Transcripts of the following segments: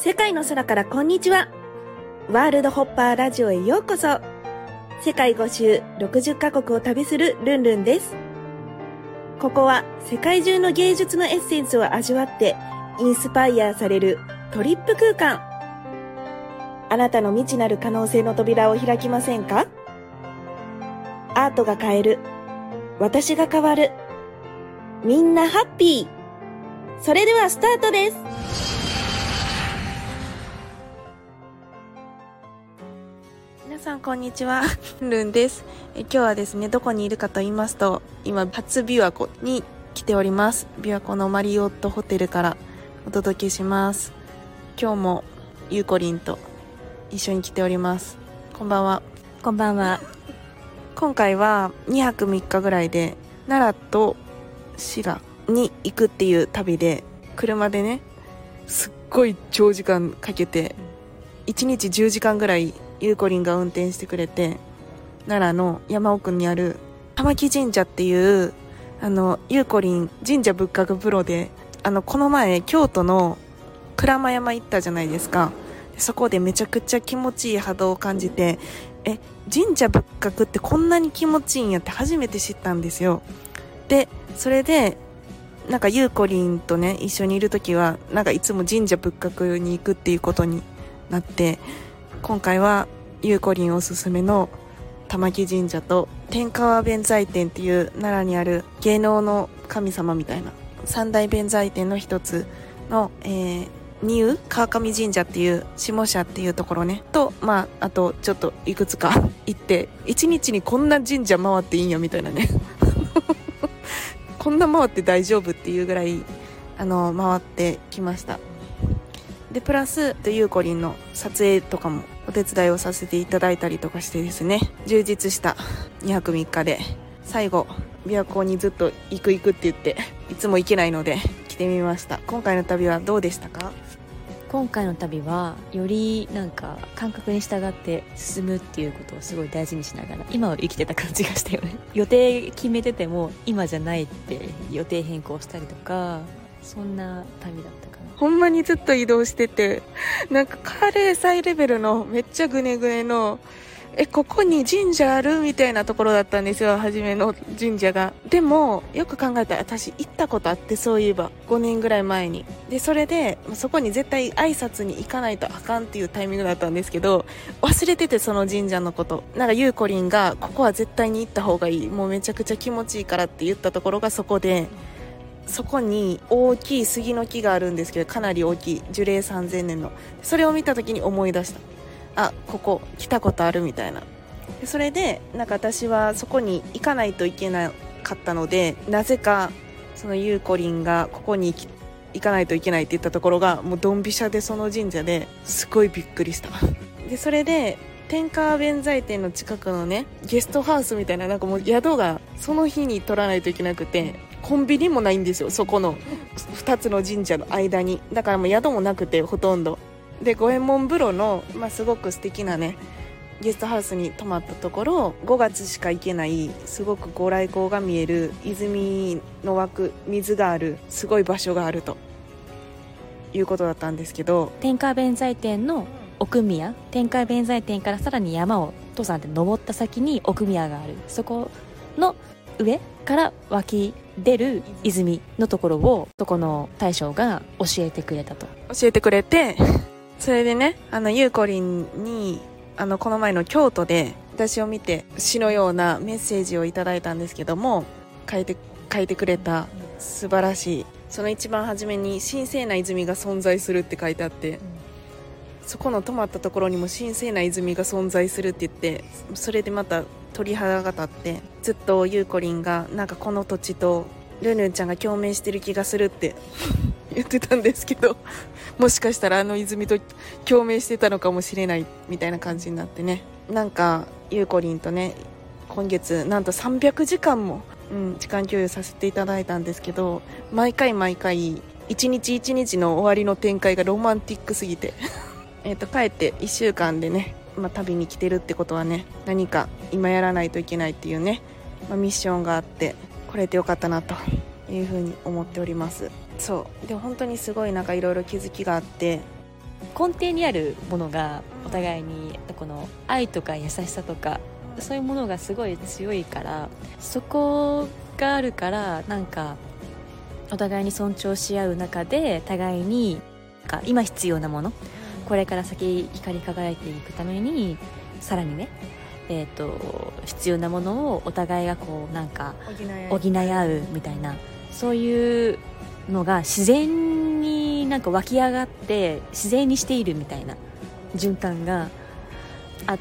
世界の空からこんにちは。ワールドホッパーラジオへようこそ。世界5周60カ国を旅するルンルンです。ここは世界中の芸術のエッセンスを味わってインスパイアされるトリップ空間。あなたの未知なる可能性の扉を開きませんか？アートが変える。私が変わる。みんなハッピー。それではスタートです。皆さんこんにちは、ルンです。今日はですね、どこにいるかと言いますと、今初琵琶湖に来ております。琵琶湖のマリオットホテルからお届けします。今日もゆうこりんと一緒に来ております。こんばんは。 こんばんは。 今回は2泊3日ぐらいで奈良と滋賀に行くっていう旅で、車でねすっごい長時間かけて1日10時間ぐらいゆうこりんが運転してくれて、奈良の山奥にある玉木神社っていうゆうこりん神社仏閣プロでこの前京都の鞍馬山行ったじゃないですか。そこでめちゃくちゃ気持ちいい波動を感じて、神社仏閣ってこんなに気持ちいいんやって初めて知ったんですよ。でそれでなんかゆうこりんとね一緒にいるときはなんかいつも神社仏閣に行くっていうことになって、今回はゆうこりんおすすめの玉木神社と天川弁財天っていう奈良にある芸能の神様みたいな三大弁財天の一つの、仁宇川上神社っていう下社っていうところねと、あとちょっといくつか行って、一日にこんな神社回っていいんやみたいなねこんな回って大丈夫っていうぐらい回ってきました。でプラスゆうこりんの撮影とかもお手伝いをさせていただいたりとかしてですね、充実した2泊3日で、最後琵琶湖にずっと行くって言っていつも行けないので来てみました。今回の旅はどうでしたか？ 今回の旅はよりなんか感覚に従って進むっていうことをすごい大事にしながら今を生きてた感じがしたよね。予定決めてても今じゃないって予定変更したりとか、そんな旅だったかな。 ほんまにずっと移動してて、なんかカーレー祭レベルのめっちゃグネグネのここに神社あるみたいなところだったんですよ、初めの神社が。でもよく考えたら私行ったことあって、そういえば5年ぐらい前に。でそれでそこに絶対挨拶に行かないとあかんっていうタイミングだったんですけど、忘れてて、その神社のこと。なんかゆうこりんがここは絶対に行った方がいい、もうめちゃくちゃ気持ちいいからって言ったところがそこで、そこに大きい杉の木があるんですけど、かなり大きい樹齢3000年の、それを見た時に思い出した。ここ来たことあるみたいな。でそれでなんか私はそこに行かないといけなかったので、なぜかそのゆうこりんがここに行かないといけないって言ったところがもうドンピシャで、その神社ですごいびっくりした。でそれで天川弁財天の近くのねゲストハウスみたいな、なんかもう宿がその日に取らないといけなくて、コンビニもないんですよ、そこの2つの神社の間に。だからもう宿もなくて、ほとんどで五右衛門風呂の、すごく素敵なねゲストハウスに泊まったところ、5月しか行けないすごくご来光が見える泉の湧く水があるすごい場所があるということだったんですけど、 天川弁財天の奥宮、天川弁財天からさらに山を登山で登った先に奥宮がある、そこの上から湧き出る泉のところをそこの大将が教えてくれたと。 教えてくれて、それでねゆうこりんにこの前の京都で私を見て詩のようなメッセージをいただいたんですけども、書いてくれた素晴らしい、その一番初めに神聖な泉が存在するって書いてあって、そこの泊まったところにも神聖な泉が存在するって言って、それでまた鳥肌が立って、ずっとゆうこりんがなんかこの土地とルンちゃんが共鳴してる気がするって言ってたんですけど、もしかしたら泉と共鳴してたのかもしれないみたいな感じになってね、なんかゆうこりんとね今月なんと300時間も、時間共有させていただいたんですけど、毎回一日一日の終わりの展開がロマンティックすぎて帰って1週間でね、旅に来てるってことはね、何か今やらないといけないっていうね、ミッションがあって来れてよかったなというふうに思っております。そうで本当にすごいなんかいろいろ気づきがあって、 根底にあるものがお互いにこの愛とか優しさとかそういうものがすごい強いから、そこがあるからなんかお互いに尊重し合う中で互いに今必要なもの、これから先光り輝いていくためにさらにね、必要なものをお互いがこうなんか補い合うみたいな、そういうのが自然になんか湧き上がって自然にしているみたいな循環があって、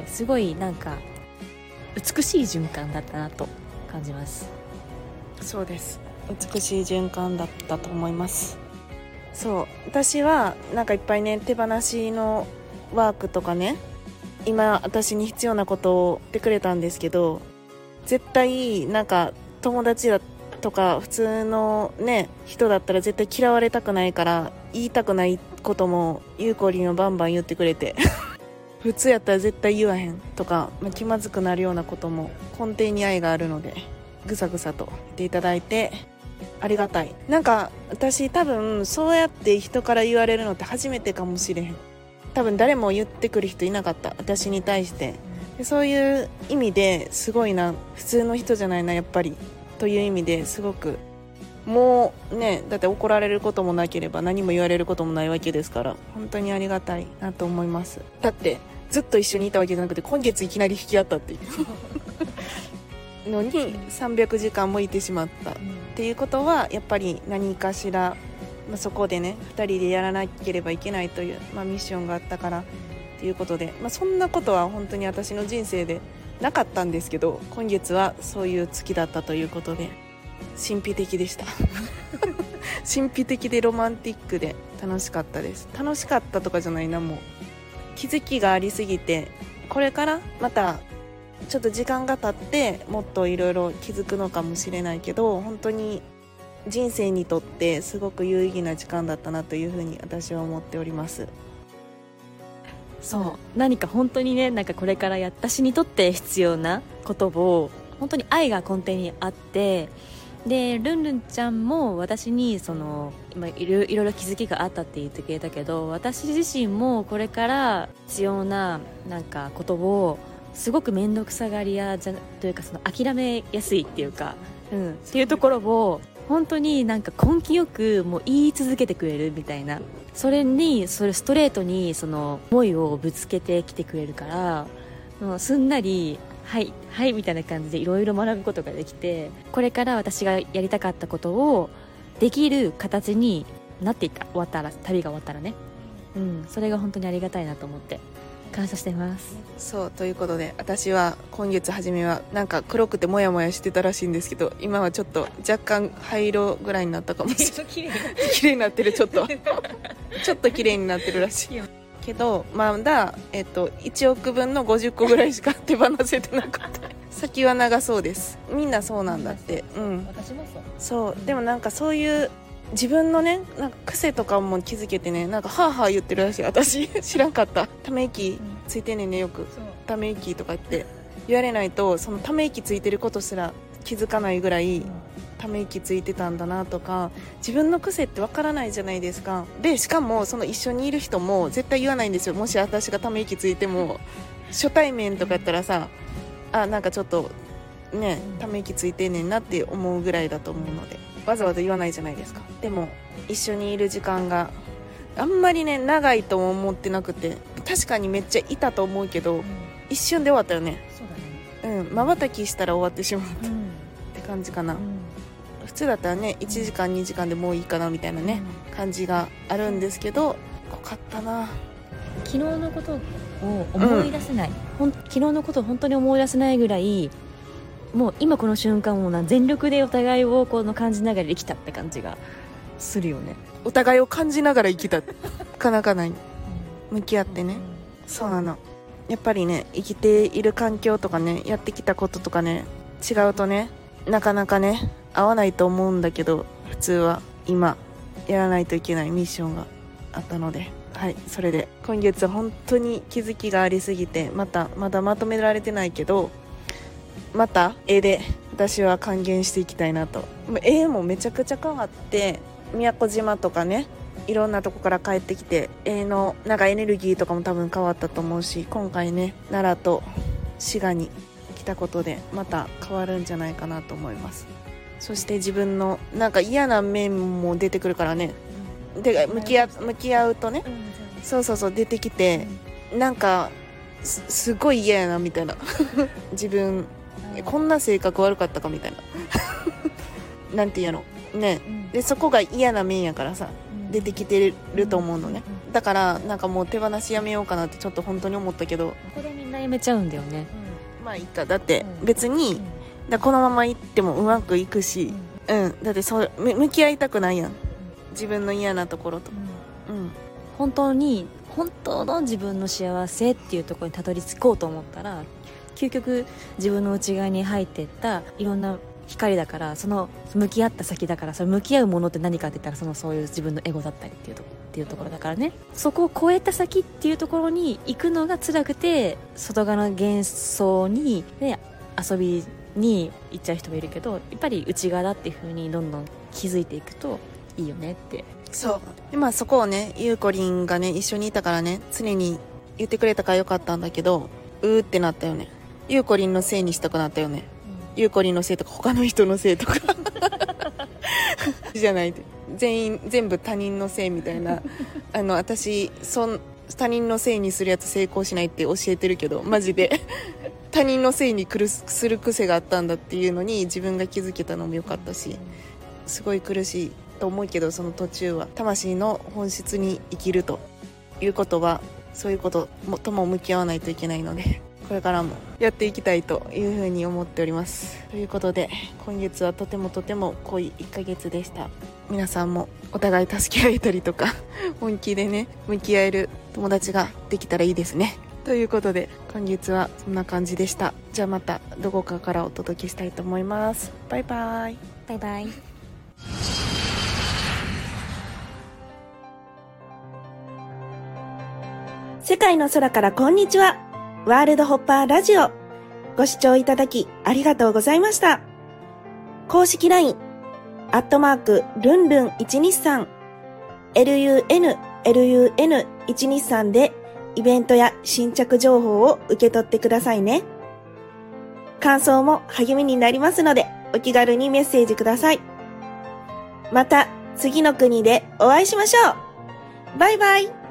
すごいなんか美しい循環だったなと感じます。 そうです、美しい循環だったと思います。そう、私はなんかいっぱいね、手放しのワークとかね、今私に必要なことを言ってくれたんですけど、絶対なんか友達だとか普通のね人だったら絶対嫌われたくないから、言いたくないこともゆうこりんはバンバン言ってくれて普通やったら絶対言わへんとか、気まずくなるようなことも根底に愛があるのでぐさぐさと言っていただいてありがたい。なんか私多分そうやって人から言われるのって初めてかもしれへん。多分誰も言ってくる人いなかった、私に対して。でそういう意味ですごいな、普通の人じゃないなやっぱりという意味ですごく、もうね、だって怒られることもなければ何も言われることもないわけですから、本当にありがたいなと思います。だってずっと一緒にいたわけじゃなくて今月いきなり引き合ったっていうのに300時間もいてしまったっていうことは、やっぱり何かしら、そこでね2人でやらなければいけないという、ミッションがあったからということで、そんなことは本当に私の人生でなかったんですけど、今月はそういう月だったということで神秘的でした神秘的でロマンティックで楽しかったです。楽しかったとかじゃないな、もう気づきがありすぎて、これからまたちょっと時間が経ってもっといろいろ気づくのかもしれないけど、本当に人生にとってすごく有意義な時間だったなというふうに私は思っております。 そう、何か本当にね、なんかこれから私にとって必要なことを本当に愛が根底にあって、でルンルンちゃんも私にその今いろいろ気づきがあったって言ってくれたけど、私自身もこれから必要ななんかことをすごく面倒くさがり屋というか、その諦めやすいっていうか、っていうところを本当になんか根気よくもう言い続けてくれるみたいな、それストレートにその思いをぶつけてきてくれるから、もうすんなりはいはいみたいな感じでいろいろ学ぶことができて、これから私がやりたかったことをできる形になっていった、旅が終わったらね、それが本当にありがたいなと思って感謝してます。 そうということで、私は今月初めはなんか黒くてモヤモヤしてたらしいんですけど、今はちょっと若干灰色ぐらいになったかもしれない綺麗になってる、ちょっと綺麗になってるらしいけど、まだ、1億分の50個ぐらいしか手放せてなくて先は長そうです。みんなそうなんだって。 私もそうでもなんかそういう自分のね、なんか癖とかも気づけてね、なんかハーハー言ってるらしい。私知らんかった。ため息ついてんねんね、よくため息とかって言われないと、そのため息ついてることすら気づかないぐらいため息ついてたんだなとか、自分の癖ってわからないじゃないですか。でしかもその一緒にいる人も絶対言わないんですよ。もし私がため息ついても初対面とかやったらさ、なんかちょっとねため息ついてんねんなって思うぐらいだと思うので、わざわざ言わないじゃないですか。でも一緒にいる時間があんまりね長いとも思ってなくて、確かにめっちゃいたと思うけど、一瞬で終わったよね。 そうだね。 瞬きしたら終わってしまった、って感じかな。普通だったらね1時間2時間でもういいかなみたいなね、感じがあるんですけど、濃かったな。 昨日のことを思い出せない、昨日のことを本当に思い出せないぐらい、もう今この瞬間を全力でお互いをこの感じながら生きたって感じがするよね。 お互いを感じながら生きたなかなかない、向き合ってね、そうなの。やっぱりね、生きている環境とかね、やってきたこととかね、違うとね、なかなかね合わないと思うんだけど、普通は今やらないといけないミッションがあったので、はい、それで今月は本当に気づきがありすぎて、まだまとめられてないけど、また絵で私は還元していきたいなと。絵もめちゃくちゃ変わって、宮古島とかねいろんなとこから帰ってきてなんかエネルギーとかも多分変わったと思うし、今回ね奈良と滋賀に来たことでまた変わるんじゃないかなと思います。そして自分のなんか嫌な面も出てくるからね、で向き合うとね、そう出てきて、なんかすごい嫌やなみたいな自分こんな性格悪かったかみたいななんて言うのね、でそこが嫌な面やからさ出てきてると思うのね。だからなんかもう手放しやめようかなってちょっと本当に思ったけど、 ここでみんなやめちゃうんだよね。 まあいいか、だって別にこのまま行ってもうまくいくし、だって向き合いたくないやん自分の嫌なところと、 本当の自分の幸せっていうところにたどり着こうと思ったら、究極自分の内側に入っていったいろんな光だから、その向き合った先だから、その向き合うものって何かって言ったらそういう自分のエゴだったりっていうところだからね。そこを超えた先っていうところに行くのが辛くて、外側の幻想に、ね、遊びに行っちゃう人もいるけど、やっぱり内側だっていう風にどんどん気づいていくといいよねって。 そうで、まあそこをねゆうこりんがね一緒にいたからね常に言ってくれたからよかったんだけど、ってなったよね。ゆうこりんのせいにしたくなったよね、ゆうこりんのせいとか他の人のせいとかじゃないで、全部他人のせいみたいな私他人のせいにするやつ成功しないって教えてるけど、マジで他人のせいにする癖があったんだっていうのに自分が気づけたのもよかったし、すごい苦しいと思うけど、その途中は魂の本質に生きるということはそういうこととも向き合わないといけないので、これからもやっていきたいというふうに思っております。ということで今月はとても濃い1ヶ月でした。皆さんもお互い助け合えたりとか本気でね向き合える友達ができたらいいですね。ということで今月はそんな感じでした。じゃあまたどこかからお届けしたいと思います。バイバイ。 バイバイ。 世界の空からこんにちは。ワールドホッパーラジオ。ご視聴いただきありがとうございました。公式 LINE、ルンルン123、LUN123 でイベントや新着情報を受け取ってくださいね。感想も励みになりますので、お気軽にメッセージください。また次の国でお会いしましょう。バイバイ。